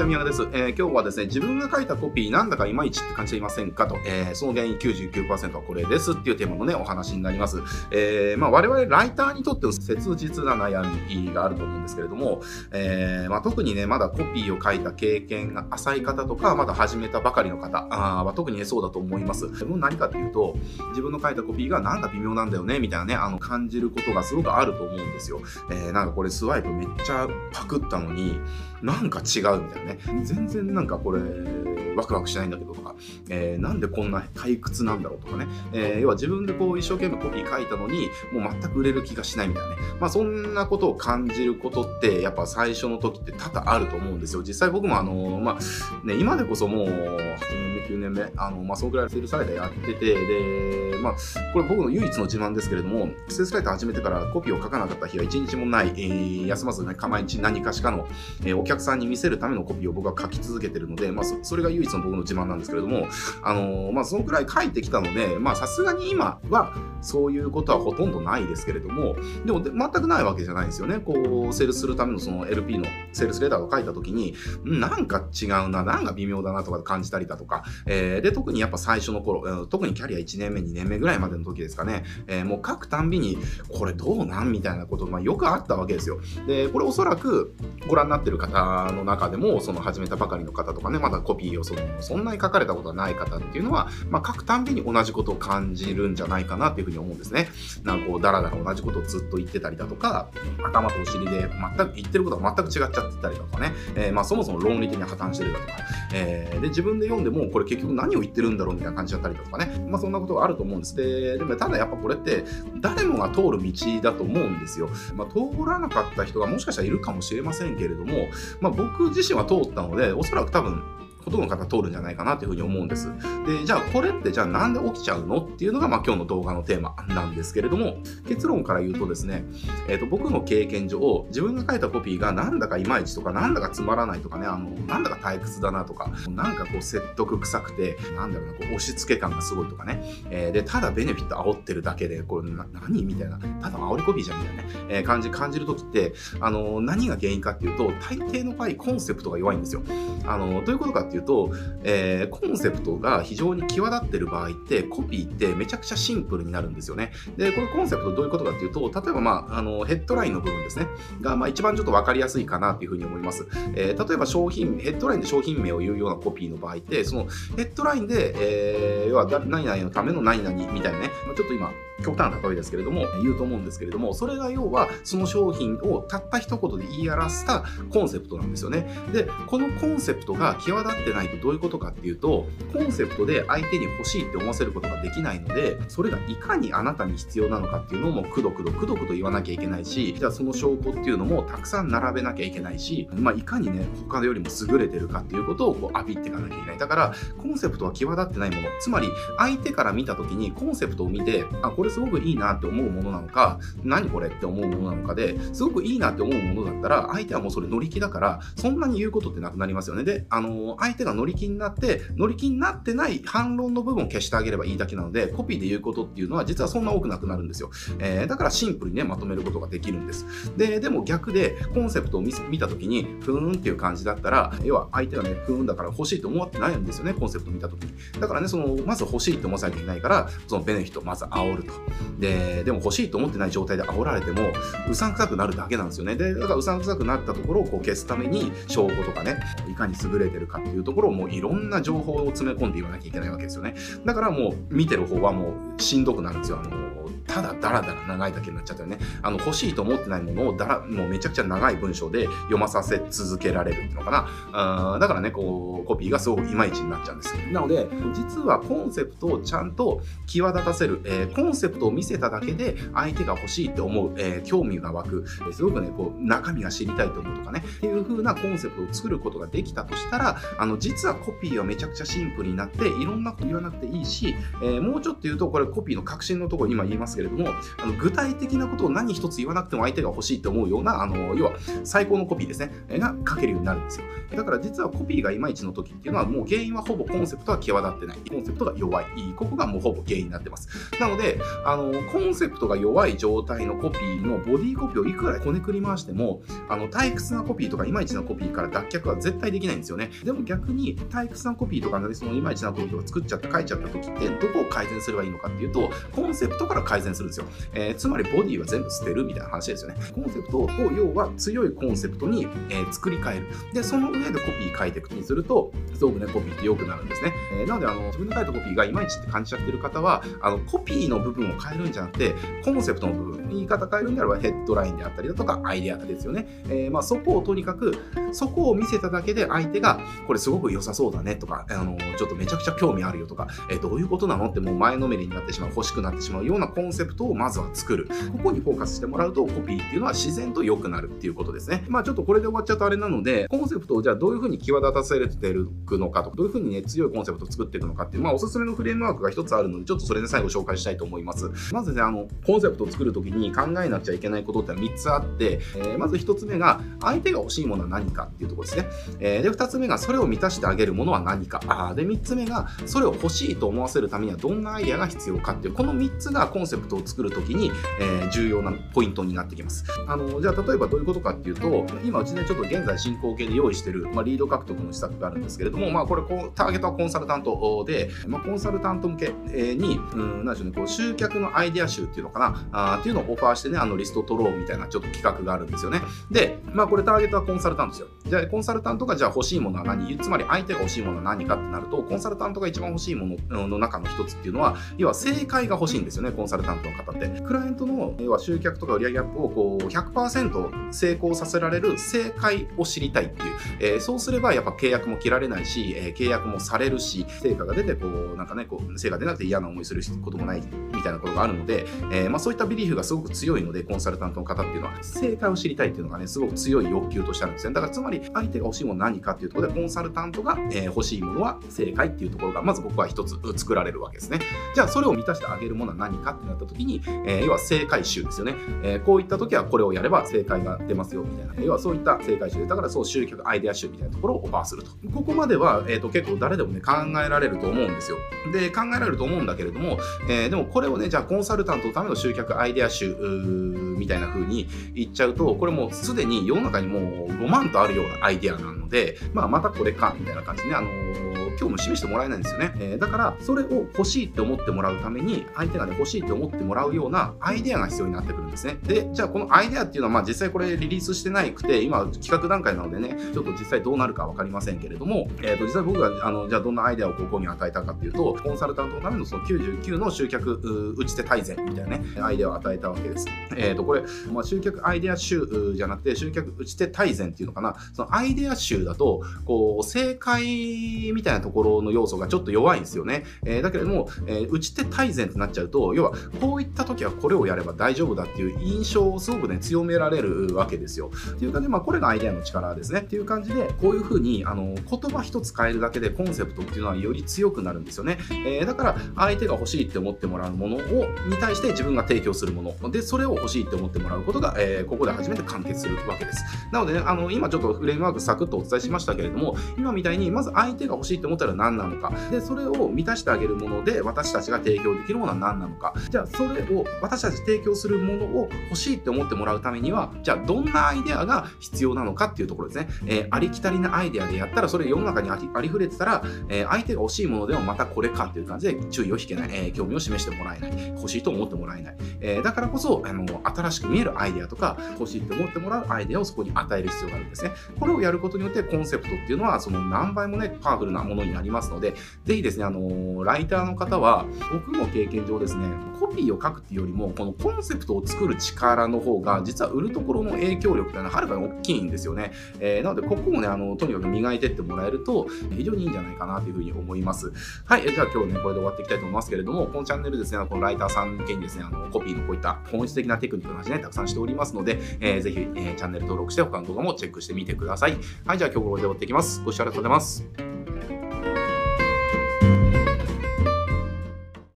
ちは、宮川です。今日はですね、自分が書いたコピーなんだかいまいちって感じていませんかと、その原因 99% はこれですっていうテーマのね、お話になります。我々ライターにとっての切実な悩みがあると思うんですけれども、特にね、まだコピーを書いた経験が浅い方とか、まだ始めたばかりの方は特にね、そうだと思います。何かっていうと、自分の書いたコピーがなんか微妙なんだよね、みたいなね、感じることがすごくあると思うんですよ。なんかこれスワイプめっちゃパクったのに、なんか違うみたいなね。全然なんかこれ、ワクワクしないんだけどとか、なんでこんな退屈なんだろうとかね。要は自分でこう一生懸命コピー書いたのに、もう全く売れる気がしないみたいなね。そんなことを感じることって、やっぱ最初の時って多々あると思うんですよ。実際僕も今でこそもう、8年目、9年目、そのくらいセールスライターやってて、で、これ僕の唯一の自慢ですけれども、セールスライター始めてからコピーを書かなかった日は一日もない、休まずね、毎日何かしかの、お客さんに見せるためのコピーを僕は書き続けてるので、それが唯一の僕の自慢なんですけれども、そのくらい書いてきたので、さすがに今はそういうことはほとんどないですけれども、でも全くないわけじゃないんですよね。こう、セールスするためのその LP のセールスレターを書いたときに、なんか違うな、なんか微妙だなとか感じたりだとか、で、特にやっぱ最初の頃、特にキャリア1年目、2年目ぐらいまでの時ですかね、もう書くたんびに、これどうなんみたいなことがよくあったわけですよ。で、これおそらくご覧になってる方の中でも、その始めたばかりの方とかね、まだコピーをそんなに書かれたことがない方っていうのは、書くたんびに同じことを感じるんじゃないかなっていうふうに思うんですね。なんかこう、だらだら同じことをずっと言ってたりだとか、頭とお尻で全く言ってることが全く違っちゃってたりとかね、そもそも論理的に破綻してるだとか、で、自分で読んでも、これ結局何を言ってるんだろうみたいな感じだったりだとかね、そんなことがあると思うんです。でもただやっぱこれって、誰もが通る道だと思うんですよ。通らなかった人がもしかしたらいるかもしれませんけれども、僕自身は通ったので、おそらく多分、ほとんどの方通るんじゃないかなというふうに思うんです。で、じゃあこれってなんで起きちゃうのっていうのが今日の動画のテーマなんですけれども、結論から言うとですね、僕の経験上、自分が書いたコピーがなんだかいまいちとか、なんだかつまらないとかね、なんだか退屈だなとか、なんかこう説得臭くて、なんだろうな、こう押し付け感がすごいとかね、で、ただベネフィット煽ってるだけで、これ何みたいな、ただ煽りコピーじゃんみたいなね、感じるときって、何が原因かっていうと、大抵の場合コンセプトが弱いんですよ。どういうことかっていうと、コンセプトが非常に際立ってる場合って、コピーってめちゃくちゃシンプルになるんですよね。で、これコンセプトどういうことかっていうと、例えばヘッドラインの部分ですね。が、一番ちょっとわかりやすいかなっていうふうに思います。例えばヘッドラインで商品名を言うようなコピーの場合って、そのヘッドラインで、要は何々のための何々みたいなね、ちょっと今、極端な例えですけれども、言うと思うんですけれども、それが要はその商品をたった一言で言い表したコンセプトなんですよね。で、このコンセプトが際立ってないとどういうことかっていうと、コンセプトで相手に欲しいって思わせることができないので、それがいかにあなたに必要なのかっていうのもくどくどと言わなきゃいけないし、じゃあその証拠っていうのもたくさん並べなきゃいけないし、いかにね、他よりも優れてるかっていうことをこうアピっていかなきゃいけない。だから、コンセプトは際立ってないもの、つまり相手から見た時にコンセプトを見て、これすごくいいなって思うものなのか、何これって思うものなのかで、すごくいいなって思うものだったら、相手はもうそれ乗り気だから、そんなに言うことってなくなりますよね。で、相手が乗り気になってない反論の部分を消してあげればいいだけなので、コピーで言うことっていうのは実はそんな多くなくなるんですよ。だからシンプルにね、まとめることができるんです。でも逆で、コンセプトを見たときに、ふーんっていう感じだったら、要は相手がね、ふーんだから欲しいと思ってないんですよね、コンセプトを見たときに。だからね、まず欲しいと思わせなきゃいけないから、そのベネフィットをまず煽ると。でも欲しいと思ってない状態で煽られても、うさんくさくなるだけなんですよね。で、だからうさんくさくなったところをこう消すために、証拠とかね、いかに優れてるかっていうところをもういろんな情報を詰め込んで言わなきゃいけないわけですよね。だからもう見てる方はもうしんどくなるんですよ。ただだらだら長いだけになっちゃったよね。欲しいと思ってないものをもうめちゃくちゃ長い文章で読まさせ続けられるっていうのかな。だからね、こう、コピーがすごくいまいちになっちゃうんです。なので、実はコンセプトをちゃんと際立たせる、コンセプトを見せただけで相手が欲しいって思う、興味が湧く、すごくね、こう、中身が知りたいと思うとかね、っていう風なコンセプトを作ることができたとしたら、実はコピーはめちゃくちゃシンプルになって、いろんなこと言わなくていいし、もうちょっと言うと、これコピーの核心のところ今言いますけけれども、具体的なことを何一つ言わなくても相手が欲しいって思うような、要は最高のコピーですね、が書けるようになるんですよ。だから実はコピーがいまいちの時っていうのは、もう原因はほぼコンセプトは際立ってない。コンセプトが弱い。ここがもうほぼ原因になってます。なので、コンセプトが弱い状態のコピーのボディコピーをいくらこねくり回しても、退屈なコピーとかいまいちなコピーから脱却は絶対できないんですよね。でも逆に退屈なコピーとかそのいまいちなコピーとか作っちゃった、書いちゃった時ってどこを改善すればいいのかっていうと、コンセプトから改善するんですよ。つまりボディは全部捨てるみたいな話ですよね。コンセプトを要は強いコンセプトに、作り変える。で、その上でコピー書いていくにすると、すごくね、コピーって良くなるんですね。なので、自分の書いたコピーがいまいちって感じちゃってる方は、コピーの部分を変えるんじゃなくて、コンセプトの部分、言い方変えるんであればヘッドラインであったりだとか、アイデアですよね。そこをとにかく、そこを見せただけで相手が、これすごく良さそうだねとか、ちょっとめちゃくちゃ興味あるよとか、どういうことなのってもう前のめりになってしまう、欲しくなってしまうようなコンセプトをまずは作る。ここにフォーカスしてもらうと、コピーっていうのは自然と良くなるっていうことですね。ちょっとこれで終わっちゃうとあれなので、コンセプトをじゃあどういうふうに際立たせていくのかとか、どういうふうにね、強いコンセプトを作っていくのかっていう、おすすめのフレームワークが一つあるので、ちょっとそれで最後紹介したいと思います。まずね、コンセプトを作るときに考えなくちゃいけないことって3つあって、まず1つ目が、相手が欲しいものは何かっていうところですね。で、2つ目が、それを満たしてあげるものは何か。で、3つ目が、それを欲しいと思わせるためにはどんなアイデアが必要かっていう、この3つがコンセプトを作るときに、重要なポイントになってきます。じゃあ、例えばどういうことかっていうと、今うちね、ちょっと現在進行形で用意している、リード獲得の施策があるんですけれども、これターゲットはコンサルタントで、コンサルタント向けに、なんでしょうね、こう集客のアイデア集っていうのかな、っていうのをオファーしてね、リストを取ろうみたいなちょっと企画があるんですよね。で、これターゲットはコンサルタントですよ。じゃあ、コンサルタントがじゃあ欲しいものは何？つまり相手が欲しいものは何かってなると、コンサルタントが一番欲しいものの中の一つっていうのは、要は正解が欲しいんですよね、コンサルタントの方って。クライアントの、要は集客とか売上アップをこう 100% 成功させられる正解を知りたいっていう。そうすればやっぱ契約も切られないし、契約もされるし、成果が出て成果出なくて嫌な思いすることもないみたいなことがあるので、そういったビリーフがすごく強いので、コンサルタントの方っていうのは正解を知りたいっていうのがね、すごく強い欲求としてあるんですね。だからつまり相手が欲しいものは何かっていうところで、コンサルタントが、欲しいものは正解っていうところがまず僕は一つ作られるわけですね。じゃあそれを満たしてあげるものは何かってなった時に、要は正解集ですよね。こういった時はこれをやれば正解が出ますよみたいな、要はそういった正解集だから、そう集客アイデア集みたいなところをオファーすると。ここまでは、結構誰でもね考えられると思うんですよ。で、考えられると思うんだけれども、でもこれをね、じゃあコンサルタントのための集客アイデア集みたいな風に言っちゃうと、これもうすでに世の中にもう5万とあるようなアイデアなので、またこれかみたいな感じでね、興味を示してもらえないんですよね。だからそれを欲しいって思ってもらうために、相手がね欲しいって思ってもらうようなアイデアが必要になってくるんですね。で、じゃあこのアイデアっていうのは実際これリリースしてなくて、今企画段階なのでね、ちょっと実際どうなるか分かりませんけれども、実際僕がじゃあどんなアイデアをここに与えたかっていうと、コンサルタントのためのその99の集客打ち手大全みたいなね、アイデアを与えたわけです。これ、集客アイデア集じゃなくて、集客打ち手大全っていうのかな、そのアイデア集だと、こう、正解みたいなところの要素がちょっと弱いんですよね。だけれども、打ち手大全ってなっちゃうと、要は、こういった時はこれをやれば大丈夫だっていう印象をすごくね、強められるわけですよ。っていうかね、これがアイデアの力ですね。っていう感じで、こういう風に、言葉一つ変えるだけでコンセプトっていうのはより強くなるんですよね。だから、相手が欲しいって思ってもらうものに対して自分が提供するもの。で、それを欲しいって思ってもらうことが、ここで初めて完結するわけです。なのでね、今ちょっとフレームワークサクッとお伝えしましたけれども、今みたいに、まず相手が欲しいって思ったら何なのか。で、それを満たしてあげるもので、私たちが提供できるものは何なのか。じゃあ、それを私たち提供するものを欲しいって思ってもらうためには、じゃあ、どんなアイデアが必要なのかっていうところですね。ありきたりなアイデアでやったら、それ世の中にありふれてたら、相手が欲しいものでもまたこれかっていう感じで注意を引けない、興味を示してもらえない、欲しいと思ってもらえない。だからこそ、新しく見えるアイデアとか、欲しいって思ってもらうアイデアをそこに与える必要があるんですね。これをやることによって、コンセプトっていうのは、その何倍もね、パワフルなものになりますので、ぜひですね、ライターの方は、僕の経験上ですね、コピーを書くっていうよりも、このコンセプトを作る力の方が、実は売るところの影響力っていうのははるかに大きいんですよね。なので、ここもね、とにかく磨いてってもらえると、非常にいいんじゃないかなというふうに思います。はい、じゃあ今日ね、これで終わっていきたいと思いますけれども、このチャンネルですね、このライターさん向けにですね、コピーのこういった本質的なテクニックの話ね、たくさんしておりますので、ぜひ、チャンネル登録して他の動画もチェックしてみてください。はい、じゃあ今日これで終わっていきます。ご視聴ありがとうございます。